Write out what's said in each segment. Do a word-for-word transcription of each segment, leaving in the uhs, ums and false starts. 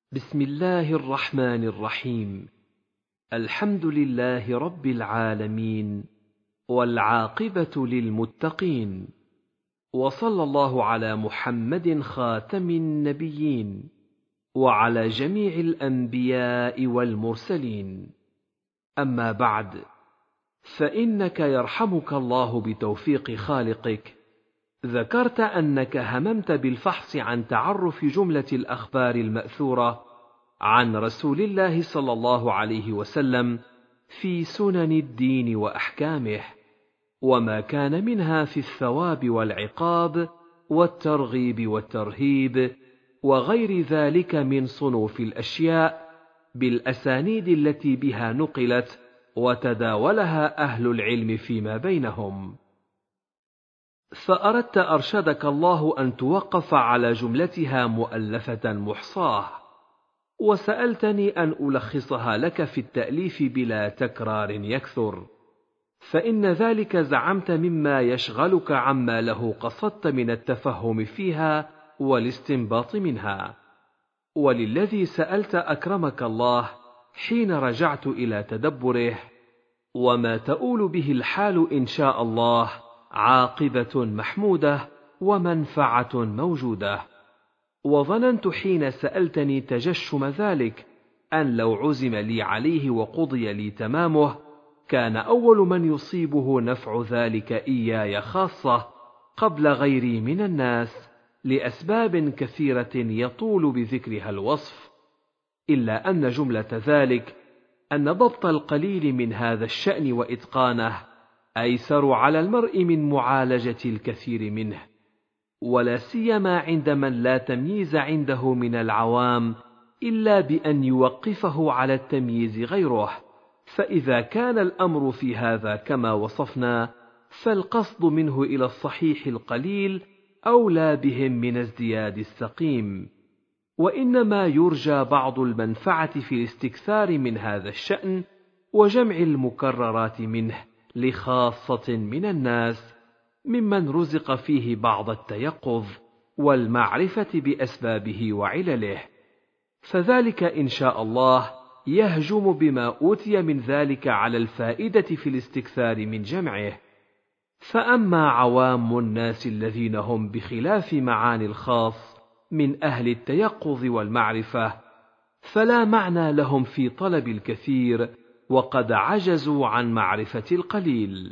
بسم الله الرحمن الرحيم. الحمد لله رب العالمين، والعاقبة للمتقين، وصلى الله على محمد خاتم النبيين، وعلى جميع الأنبياء والمرسلين. أما بعد، فإنك يرحمك الله بتوفيق خالقك ذكرت أنك هممت بالفحص عن تعرف جملة الأخبار المأثورة عن رسول الله صلى الله عليه وسلم في سنن الدين وأحكامه، وما كان منها في الثواب والعقاب والترغيب والترهيب وغير ذلك من صنوف الأشياء، بالأسانيد التي بها نقلت وتداولها أهل العلم فيما بينهم. فأردت أرشدك الله أن توقف على جملتها مؤلفة محصاة، وسألتني أن ألخصها لك في التأليف بلا تكرار يكثر، فإن ذلك زعمت مما يشغلك عما له قصدت من التفهم فيها والاستنباط منها. وللذي سألت أكرمك الله حين رجعت إلى تدبره، وما تؤول به الحال إن شاء الله عاقبة محمودة ومنفعة موجودة. وظننت حين سألتني تجشم ذلك أن لو عزم لي عليه وقضي لي تمامه كان أول من يصيبه نفع ذلك إياي خاصة قبل غيري من الناس، لأسباب كثيرة يطول بذكرها الوصف، إلا أن جملة ذلك أن ضبط القليل من هذا الشأن وإتقانه أيسر على المرء من معالجة الكثير منه، ولا سيما عند من لا تمييز عنده من العوام إلا بأن يوقفه على التمييز غيره. فإذا كان الأمر في هذا كما وصفنا، فالقصد منه إلى الصحيح القليل أولى بهم من ازدياد السقيم، وإنما يرجى بعض المنفعة في الاستكثار من هذا الشأن وجمع المكررات منه لخاصة من الناس، ممن رزق فيه بعض التيقظ والمعرفة بأسبابه وعلله، فذلك إن شاء الله يهجم بما أوتي من ذلك على الفائدة في الاستكثار من جمعه. فأما عوام الناس الذين هم بخلاف معاني الخاص من أهل التيقظ والمعرفة، فلا معنى لهم في طلب الكثير وقد عجزوا عن معرفة القليل.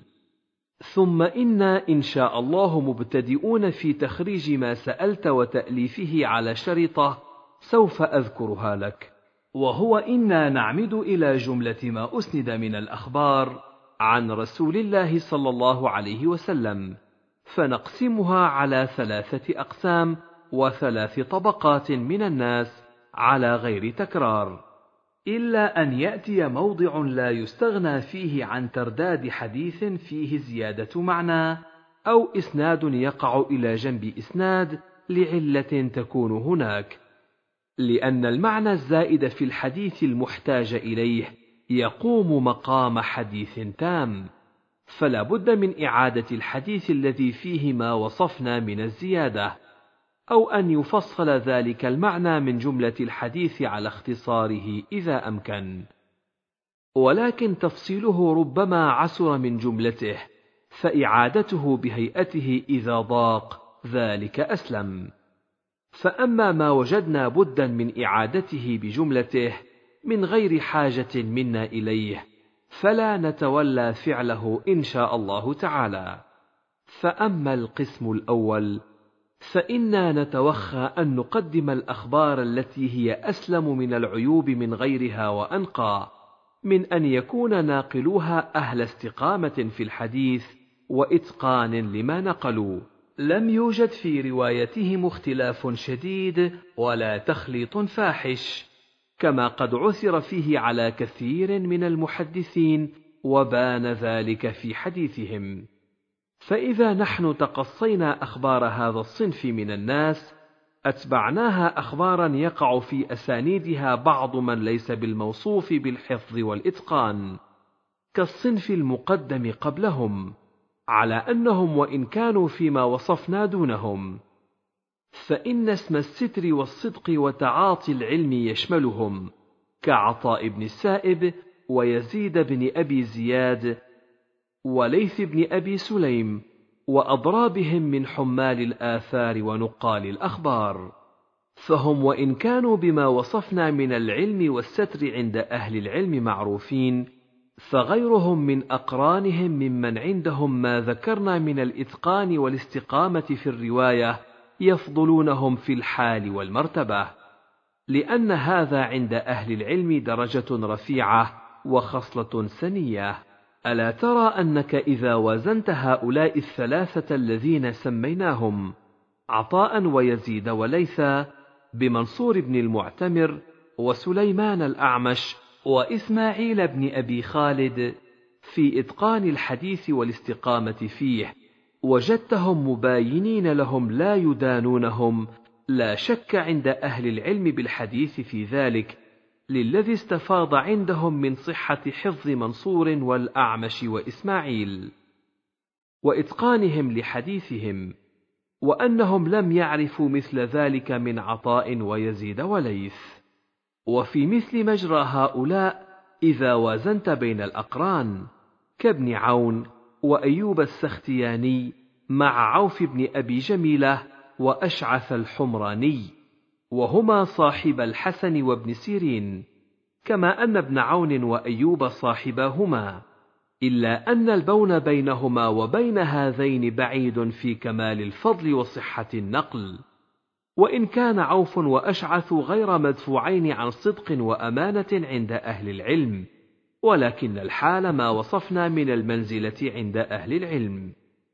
ثم إنا إن شاء الله مبتدئون في تخريج ما سألت وتأليفه على شريطة سوف أذكرها لك، وهو إنا نعمد إلى جملة ما أسند من الأخبار عن رسول الله صلى الله عليه وسلم، فنقسمها على ثلاثة أقسام وثلاث طبقات من الناس على غير تكرار، إلا أن يأتي موضع لا يستغنى فيه عن ترداد حديث فيه زيادة معنى أو إسناد يقع إلى جنب إسناد لعلة تكون هناك، لأن المعنى الزائد في الحديث المحتاج إليه يقوم مقام حديث تام، فلا بد من إعادة الحديث الذي فيه ما وصفنا من الزيادة، أو أن يفصل ذلك المعنى من جملة الحديث على اختصاره إذا أمكن، ولكن تفصيله ربما عسر من جملته، فإعادته بهيئته إذا ضاق ذلك أسلم. فأما ما وجدنا بدا من إعادته بجملته من غير حاجة منا إليه، فلا نتولى فعله إن شاء الله تعالى. فأما القسم الأول، فإنا نتوخى أن نقدم الأخبار التي هي أسلم من العيوب من غيرها وأنقى، من أن يكون ناقلوها أهل استقامة في الحديث وإتقان لما نقلوا، لم يوجد في روايتهم اختلاف شديد ولا تخليط فاحش، كما قد عثر فيه على كثير من المحدثين وبان ذلك في حديثهم. فإذا نحن تقصينا أخبار هذا الصنف من الناس، أتبعناها أخبارا يقع في أسانيدها بعض من ليس بالموصوف بالحفظ والإتقان، كالصنف المقدم قبلهم، على أنهم وإن كانوا فيما وصفنا دونهم. فإن اسم الستر والصدق وتعاطي العلم يشملهم، كعطاء بن السائب ويزيد بن أبي زياد وليث بن أبي سليم وأضرابهم من حمال الآثار ونقال الأخبار. فهم وإن كانوا بما وصفنا من العلم والستر عند أهل العلم معروفين، فغيرهم من أقرانهم ممن عندهم ما ذكرنا من الإتقان والاستقامة في الرواية يفضلونهم في الحال والمرتبة، لأن هذا عند أهل العلم درجة رفيعة وخصلة سنية. ألا ترى أنك إذا وازنت هؤلاء الثلاثة الذين سميناهم عطاء ويزيد وليثا بمنصور بن المعتمر وسليمان الأعمش وإسماعيل بن أبي خالد في إتقان الحديث والاستقامة فيه، وجدتهم مباينين لهم لا يدانونهم، لا شك عند أهل العلم بالحديث في ذلك، للذي استفاض عندهم من صحة حفظ منصور والأعمش وإسماعيل وإتقانهم لحديثهم، وأنهم لم يعرفوا مثل ذلك من عطاء ويزيد وليث. وفي مثل مجرى هؤلاء إذا وازنت بين الأقران كابن عون وأيوب السختياني مع عوف بن أبي جميلة وأشعث الحمراني، وهما صاحب الحسن وابن سيرين، كما أن ابن عون وأيوب صاحباهما، إلا أن البون بينهما وبين هذين بعيد في كمال الفضل وصحة النقل، وإن كان عوف وأشعث غير مدفوعين عن صدق وأمانة عند أهل العلم، ولكن الحال ما وصفنا من المنزلة عند أهل العلم.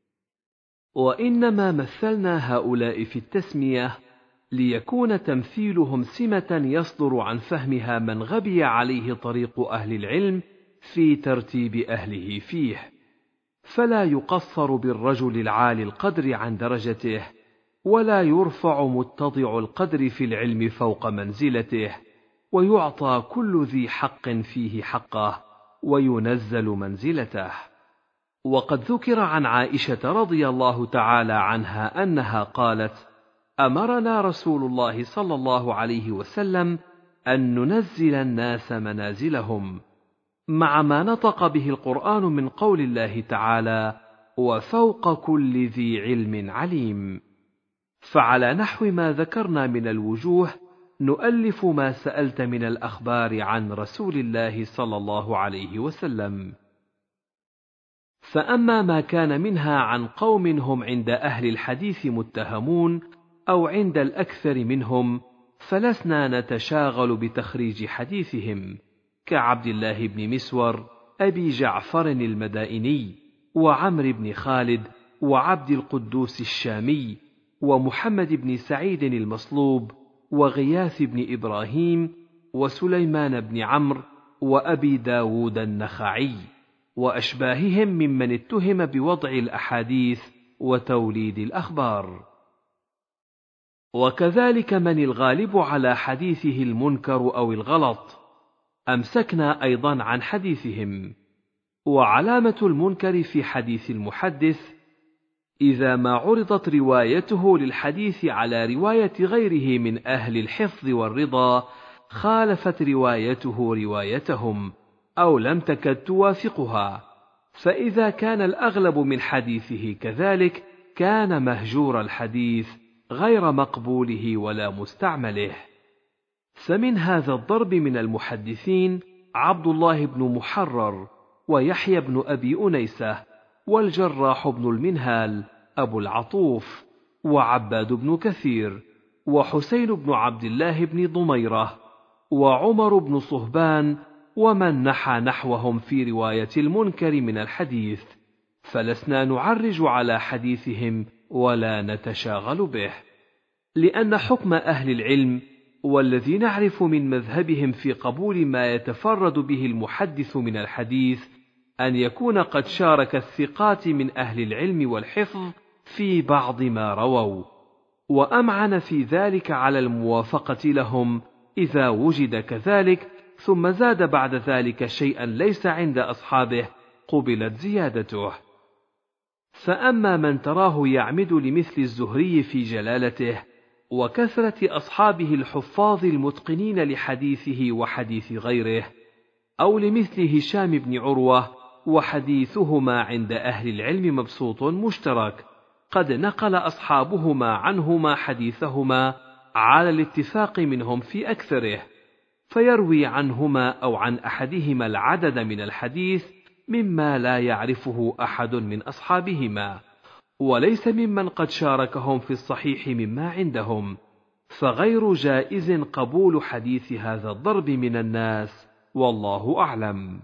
وإنما مثلنا هؤلاء في التسمية ليكون تمثيلهم سمة يصدر عن فهمها من غبي عليه طريق أهل العلم في ترتيب أهله فيه، فلا يقصر بالرجل العالي القدر عن درجته، ولا يرفع متضع القدر في العلم فوق منزلته، ويعطى كل ذي حق فيه حقه، وينزل منزلته. وقد ذكر عن عائشة رضي الله تعالى عنها أنها قالت: أمرنا رسول الله صلى الله عليه وسلم أن ننزل الناس منازلهم، مع ما نطق به القرآن من قول الله تعالى: وفوق كل ذي علم عليم. فعلى نحو ما ذكرنا من الوجوه نؤلف ما سألت من الأخبار عن رسول الله صلى الله عليه وسلم. فأما ما كان منها عن قوم هم عند أهل الحديث متهمون أو عند الأكثر منهم، فلسنا نتشاغل بتخريج حديثهم، كعبد الله بن مسور أبي جعفر المدائني، وعمر بن خالد، وعبد القدوس الشامي، ومحمد بن سعيد المصلوب، وغياث بن إبراهيم، وسليمان بن عمرو، وأبي داود النخعي، وأشباههم ممن اتهم بوضع الأحاديث وتوليد الأخبار. وكذلك من الغالب على حديثه المنكر أو الغلط أمسكنا أيضا عن حديثهم. وعلامة المنكر في حديث المحدث إذا ما عرضت روايته للحديث على رواية غيره من أهل الحفظ والرضا خالفت روايته روايتهم أو لم تكد توافقها، فإذا كان الأغلب من حديثه كذلك كان مهجور الحديث غير مقبوله ولا مستعمله. فمن هذا الضرب من المحدثين عبد الله بن محرر، ويحيى بن أبي أنيسة، والجراح بن المنهال أبو العطوف، وعباد بن كثير، وحسين بن عبد الله بن ضميرة، وعمر بن صهبان، ومن نحى نحوهم في رواية المنكر من الحديث، فلسنا نعرج على حديثهم ولا نتشاغل به، لأن حكم أهل العلم والذي نعرف من مذهبهم في قبول ما يتفرد به المحدث من الحديث أن يكون قد شارك الثقات من أهل العلم والحفظ في بعض ما رووا، وأمعن في ذلك على الموافقة لهم إذا وجد كذلك، ثم زاد بعد ذلك شيئا ليس عند أصحابه قبلت زيادته. فأما من تراه يعمد لمثل الزهري في جلالته وكثرة أصحابه الحفاظ المتقنين لحديثه وحديث غيره، أو لمثل هشام بن عروة وحديثهما عند أهل العلم مبسوط مشترك، قد نقل أصحابهما عنهما حديثهما على الاتفاق منهم في أكثره، فيروي عنهما أو عن أحدهما العدد من الحديث مما لا يعرفه أحد من أصحابهما، وليس ممن قد شاركهم في الصحيح مما عندهم، فغير جائز قبول حديث هذا الضرب من الناس، والله أعلم.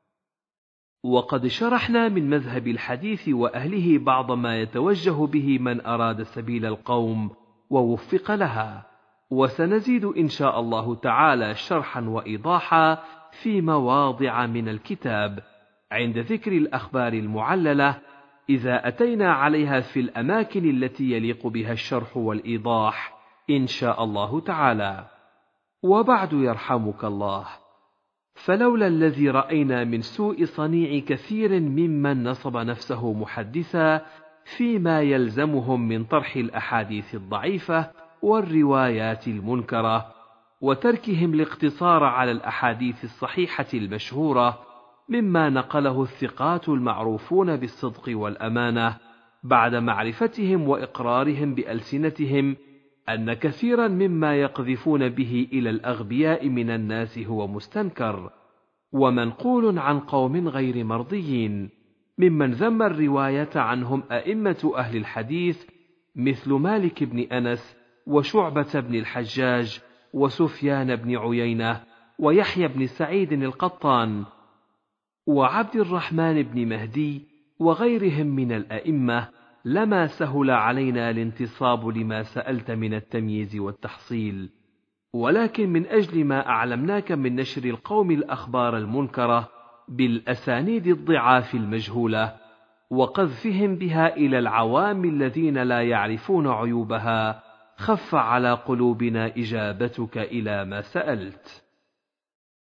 وقد شرحنا من مذهب الحديث وأهله بعض ما يتوجه به من أراد سبيل القوم ووفق لها، وسنزيد إن شاء الله تعالى شرحا وإيضاحا في مواضع من الكتاب عند ذكر الأخبار المعللة، إذا أتينا عليها في الأماكن التي يليق بها الشرح والإيضاح إن شاء الله تعالى. وبعد يرحمك الله، فلولا الذي رأينا من سوء صنيع كثير ممن نصب نفسه محدثا فيما يلزمهم من طرح الأحاديث الضعيفة والروايات المنكرة، وتركهم الاقتصار على الأحاديث الصحيحة المشهورة مما نقله الثقات المعروفون بالصدق والأمانة، بعد معرفتهم وإقرارهم بألسنتهم أن كثيرا مما يقذفون به إلى الأغبياء من الناس هو مستنكر ومنقول عن قوم غير مرضيين، ممن ذم الرواية عنهم أئمة أهل الحديث مثل مالك بن أنس وشعبة بن الحجاج وسفيان بن عيينة ويحيى بن سعيد القطان وعبد الرحمن بن مهدي وغيرهم من الأئمة، لما سهل علينا الانتصاب لما سألت من التمييز والتحصيل، ولكن من أجل ما أعلمناك من نشر القوم الأخبار المنكرة بالأسانيد الضعاف المجهولة، وقذفهم بها إلى العوام الذين لا يعرفون عيوبها، خف على قلوبنا إجابتك إلى ما سألت.